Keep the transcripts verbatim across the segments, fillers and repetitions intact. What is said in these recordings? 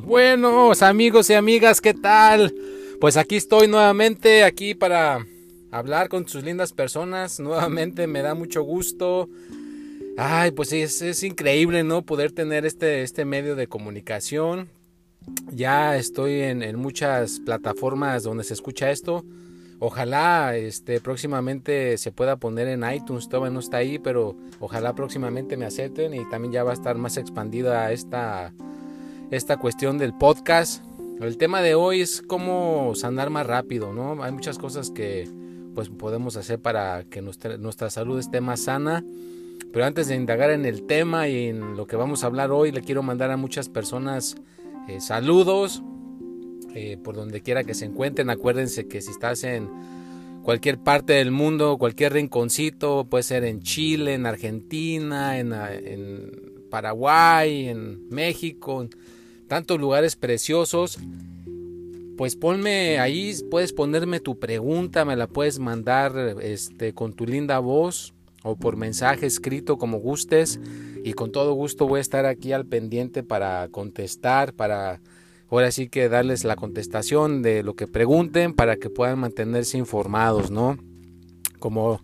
Buenos amigos y amigas, ¿qué tal? Pues aquí estoy nuevamente, aquí para hablar con sus lindas personas. Nuevamente me da mucho gusto. Ay, pues es, es increíble, ¿no? Poder tener este, este medio de comunicación. Ya estoy en, en muchas plataformas donde se escucha esto. Ojalá este, próximamente se pueda poner en iTunes, todavía no está ahí, pero ojalá próximamente me acepten y también ya va a estar más expandida esta, esta cuestión del podcast. El tema de hoy es cómo sanar más rápido, ¿no? Hay muchas cosas que pues podemos hacer para que nuestra, nuestra salud esté más sana. Pero antes de indagar en el tema y en lo que vamos a hablar hoy, le quiero mandar a muchas personas eh, saludos. Eh, por donde quiera que se encuentren, acuérdense que si estás en cualquier parte del mundo, cualquier rinconcito, puede ser en Chile, en Argentina, en, en Paraguay, en México, en tantos lugares preciosos, pues ponme ahí, puedes ponerme tu pregunta, me la puedes mandar este, con tu linda voz o por mensaje escrito como gustes, y con todo gusto voy a estar aquí al pendiente para contestar, para ahora sí que darles la contestación de lo que pregunten para que puedan mantenerse informados, ¿no? Como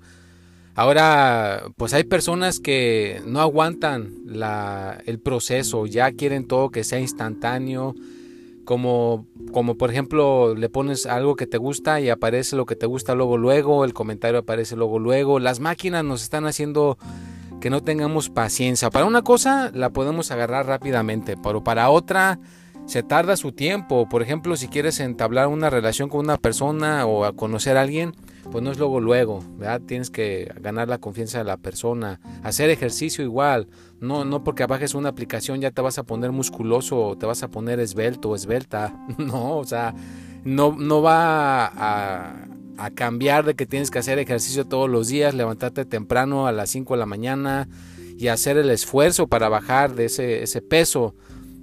ahora, pues hay personas que no aguantan la, el proceso, ya quieren todo que sea instantáneo, como, como por ejemplo le pones algo que te gusta y aparece lo que te gusta luego luego, el comentario aparece luego luego. Las máquinas nos están haciendo que no tengamos paciencia. Para una cosa la podemos agarrar rápidamente, pero para otra se tarda su tiempo. Por ejemplo, si quieres entablar una relación con una persona o a conocer a alguien, pues no es luego luego, ¿verdad? Tienes que ganar la confianza de la persona. Hacer ejercicio igual, no, no porque bajes una aplicación ya te vas a poner musculoso o te vas a poner esbelto o esbelta. No, o sea, no, no va a, a cambiar de que tienes que hacer ejercicio todos los días, levantarte temprano a las cinco de la mañana y hacer el esfuerzo para bajar de ese, ese peso.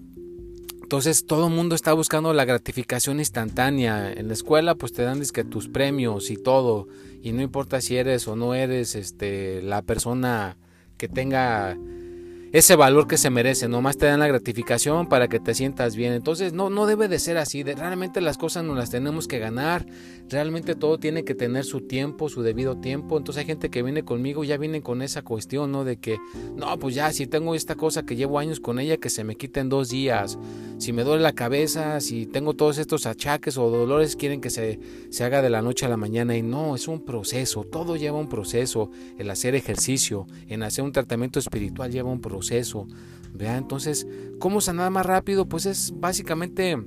Entonces todo el mundo está buscando la gratificación instantánea. En la escuela pues te dan dizque tus premios y todo, y no importa si eres o no eres este, la persona que tenga ese valor que se merece, nomás te dan la gratificación para que te sientas bien. Entonces no, no debe de ser así, de, realmente las cosas nos las tenemos que ganar, realmente todo tiene que tener su tiempo, su debido tiempo. Entonces hay gente que viene conmigo, ya viene con esa cuestión, ¿no? De que, no, pues ya, si tengo esta cosa que llevo años con ella, que se me quita en dos días, si me duele la cabeza, si tengo todos estos achaques o dolores, quieren que se, se haga de la noche a la mañana. Y no, es un proceso, todo lleva un proceso. El hacer ejercicio, en hacer un tratamiento espiritual lleva un proceso. proceso, ¿vea? Entonces, ¿cómo sanar más rápido? Pues es básicamente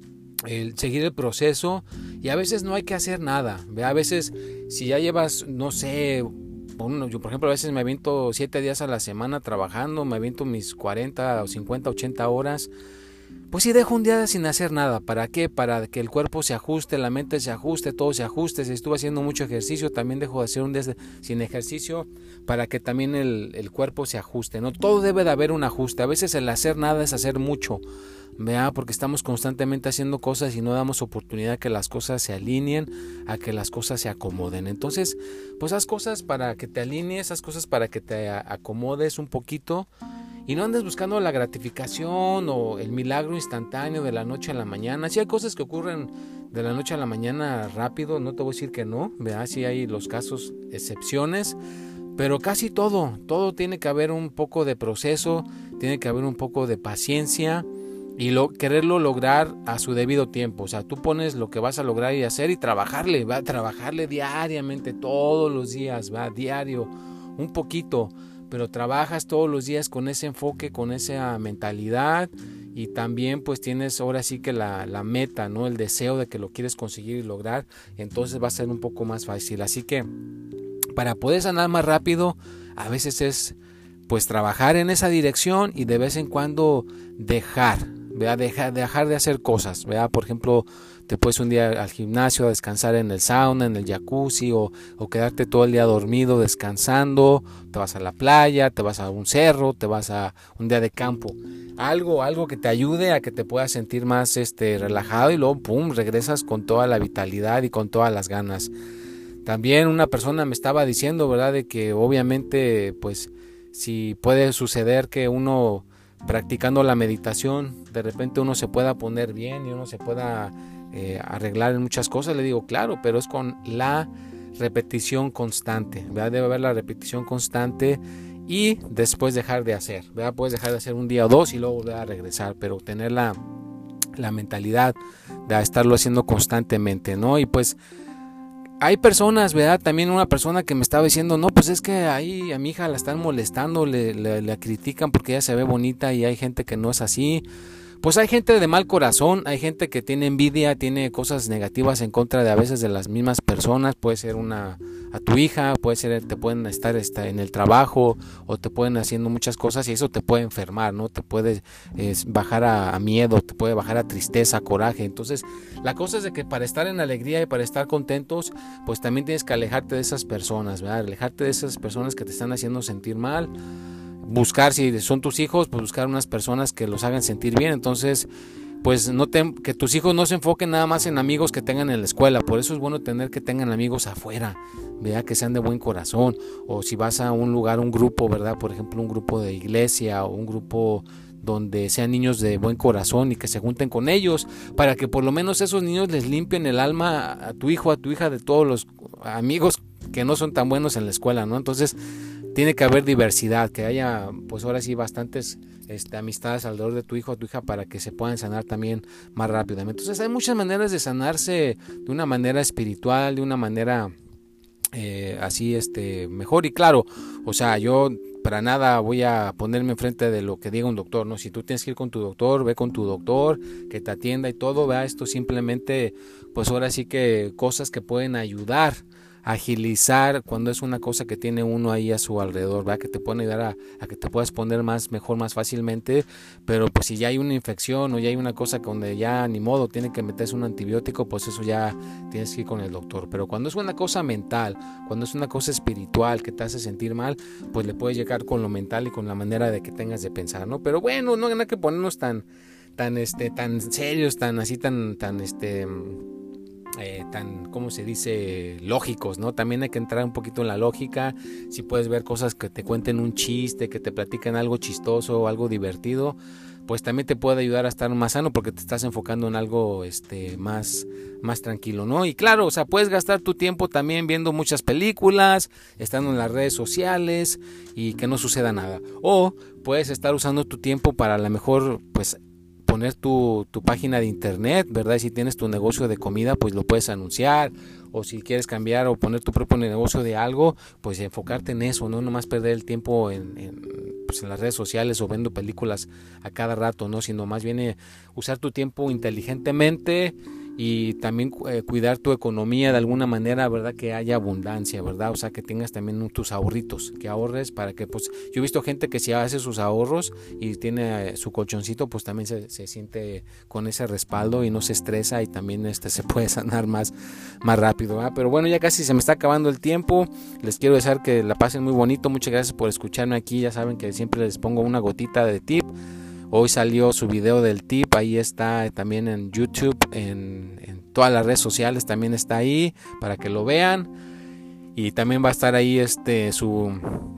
el seguir el proceso, y a veces no hay que hacer nada, ¿vea? A veces si ya llevas, no sé, bueno, yo por ejemplo a veces me aviento siete días a la semana trabajando, me aviento mis cuarenta o cincuenta, ochenta horas, pues si dejo un día sin hacer nada. ¿Para qué? Para que el cuerpo se ajuste, la mente se ajuste, todo se ajuste. Si estuve haciendo mucho ejercicio, también dejo de hacer un día sin ejercicio para que también el, el cuerpo se ajuste, ¿no? Todo debe de haber un ajuste. A veces el hacer nada es hacer mucho, ¿vea? Porque estamos constantemente haciendo cosas y no damos oportunidad a que las cosas se alineen, a que las cosas se acomoden. Entonces, pues haz cosas para que te alinees, haz cosas para que te acomodes un poquito. Y no andes buscando la gratificación o el milagro instantáneo de la noche a la mañana. Sí hay cosas que ocurren de la noche a la mañana rápido, no te voy a decir que no, ¿verdad? Sí hay los casos, excepciones, pero casi todo, todo tiene que haber un poco de proceso, tiene que haber un poco de paciencia y lo, quererlo lograr a su debido tiempo. O sea, tú pones lo que vas a lograr y hacer y trabajarle, va a trabajarle diariamente, todos los días, va diario, un poquito. Pero trabajas todos los días con ese enfoque, con esa mentalidad, y también pues tienes ahora sí que la, la meta, ¿no? El deseo de que lo quieres conseguir y lograr, entonces va a ser un poco más fácil. Así que para poder sanar más rápido, a veces es pues trabajar en esa dirección y de vez en cuando dejar, ¿verdad? Dejar, dejar de hacer cosas, ¿verdad? Por ejemplo, te puedes un día al gimnasio a descansar en el sauna, en el jacuzzi, o, o quedarte todo el día dormido descansando, te vas a la playa, te vas a un cerro, te vas a un día de campo, algo, algo que te ayude a que te puedas sentir más este, relajado, y luego pum, regresas con toda la vitalidad y con todas las ganas. También una persona me estaba diciendo, ¿verdad? De que obviamente pues si puede suceder que uno practicando la meditación, de repente uno se pueda poner bien y uno se pueda eh, arreglar en muchas cosas. Le digo, claro, pero es con la repetición constante, ¿verdad? Debe haber la repetición constante y después dejar de hacer, ¿verdad? Puedes dejar de hacer un día o dos y luego volver a regresar, pero tener la, la mentalidad de estarlo haciendo constantemente, ¿no? Y pues hay personas, ¿verdad? También una persona que me estaba diciendo, no, pues es que ahí a mi hija la están molestando, le, le, le critican porque ella se ve bonita y hay gente que no es así. Pues hay gente de mal corazón, hay gente que tiene envidia, tiene cosas negativas en contra de a veces de las mismas personas. Puede ser una a tu hija, puede ser, te pueden estar, estar en el trabajo o te pueden haciendo muchas cosas y eso te puede enfermar, ¿no? Te puede eh, bajar a, a miedo, te puede bajar a tristeza, coraje. Entonces la cosa es de que para estar en alegría y para estar contentos, pues también tienes que alejarte de esas personas, ¿verdad? Alejarte de esas personas que te están haciendo sentir mal. Buscar, si son tus hijos, pues buscar unas personas que los hagan sentir bien. Entonces, pues no te, que tus hijos no se enfoquen nada más en amigos que tengan en la escuela. Por eso es bueno tener que tengan amigos afuera, ¿verdad? Que sean de buen corazón. O si vas a un lugar, un grupo, ¿verdad? Por ejemplo, un grupo de iglesia o un grupo donde sean niños de buen corazón y que se junten con ellos para que por lo menos esos niños les limpien el alma a tu hijo, a tu hija de todos los amigos que no son tan buenos en la escuela, ¿no? Entonces tiene que haber diversidad, que haya pues ahora sí bastantes este, amistades alrededor de tu hijo o tu hija para que se puedan sanar también más rápidamente. Entonces hay muchas maneras de sanarse de una manera espiritual, de una manera eh, así este mejor. Y claro, o sea, yo para nada voy a ponerme enfrente de lo que diga un doctor, ¿no? Si tú tienes que ir con tu doctor, ve con tu doctor, que te atienda y todo, vea, esto simplemente pues ahora sí que cosas que pueden ayudar agilizar cuando es una cosa que tiene uno ahí a su alrededor, ¿verdad? Que te pueden ayudar a, a que te puedas poner más mejor, más fácilmente. Pero pues si ya hay una infección o ya hay una cosa donde ya ni modo tiene que meterse un antibiótico, pues eso ya tienes que ir con el doctor. Pero cuando es una cosa mental, cuando es una cosa espiritual que te hace sentir mal, pues le puedes llegar con lo mental y con la manera de que tengas de pensar, ¿no? Pero bueno, no hay que ponernos tan tan este tan serios, tan así tan tan este Eh, tan, ¿cómo se dice? Lógicos, ¿no? También hay que entrar un poquito en la lógica. Si puedes ver cosas que te cuenten un chiste, que te platican algo chistoso o algo divertido, pues también te puede ayudar a estar más sano porque te estás enfocando en algo este, más, más tranquilo, ¿no? Y claro, o sea, puedes gastar tu tiempo también viendo muchas películas, estando en las redes sociales y que no suceda nada. O puedes estar usando tu tiempo para a lo mejor, pues, poner tu, tu página de internet, ¿verdad? Y si tienes tu negocio de comida, pues lo puedes anunciar, o si quieres cambiar o poner tu propio negocio de algo, pues enfocarte en eso, no nomás perder el tiempo en, en, pues en las redes sociales o viendo películas a cada rato, ¿no? Sino más bien eh, usar tu tiempo inteligentemente y también eh, cuidar tu economía de alguna manera, ¿verdad? Que haya abundancia, ¿verdad? O sea, que tengas también tus ahorritos, que ahorres para que, pues, yo he visto gente que si hace sus ahorros y tiene eh, su colchoncito, pues también se, se siente con ese respaldo y no se estresa y también este se puede sanar más, más rápido, ¿verdad? Pero bueno, ya casi se me está acabando el tiempo. Les quiero desear que la pasen muy bonito. Muchas gracias por escucharme aquí. Ya saben que siempre les pongo una gotita de tip. Hoy salió su video del tip, ahí está también en YouTube, en, en todas las redes sociales también está ahí para que lo vean. Y también va a estar ahí este su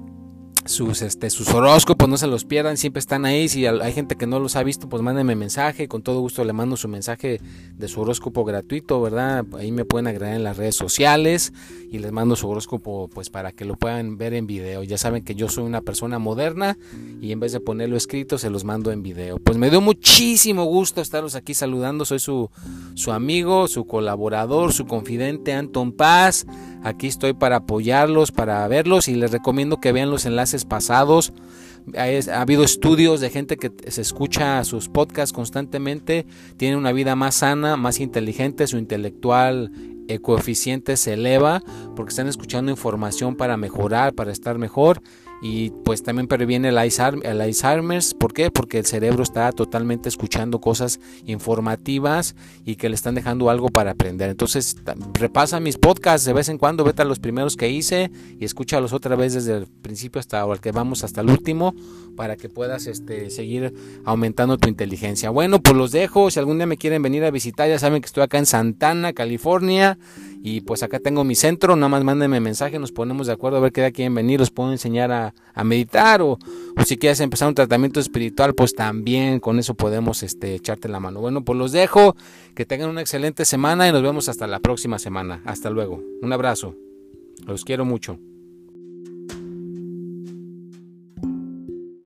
sus este sus horóscopos, no se los pierdan, siempre están ahí. Si hay gente que no los ha visto, pues mándenme mensaje, con todo gusto le mando su mensaje de su horóscopo gratuito, ¿verdad? Ahí me pueden agregar en las redes sociales y les mando su horóscopo pues para que lo puedan ver en video. Ya saben que yo soy una persona moderna y en vez de ponerlo escrito se los mando en video. Pues me dio muchísimo gusto estarlos aquí saludando. Soy su, su amigo, su colaborador, su confidente Anton Paz. Aquí estoy para apoyarlos, para verlos y les recomiendo que vean los enlaces pasados. Ha habido estudios de gente que se escucha sus podcasts constantemente, tiene una vida más sana, más inteligente, su intelectual eh, coeficiente se eleva porque están escuchando información para mejorar, para estar mejor. Y pues también previene el Alzheimer's. ¿Por qué? Porque el cerebro está totalmente escuchando cosas informativas y que le están dejando algo para aprender. Entonces repasa mis podcasts de vez en cuando, vete a los primeros que hice y escúchalos otra vez desde el principio hasta el que vamos hasta el último para que puedas este, seguir aumentando tu inteligencia. Bueno, pues los dejo. Si algún día me quieren venir a visitar, ya saben que estoy acá en Santana, California. Y pues acá tengo mi centro, nada más mándenme mensaje, nos ponemos de acuerdo a ver qué día quieren venir, los puedo enseñar a, a, a meditar, o, o si quieres empezar un tratamiento espiritual, pues también con eso podemos este, echarte la mano. Bueno, pues los dejo, que tengan una excelente semana y nos vemos hasta la próxima semana. Hasta luego, un abrazo, los quiero mucho.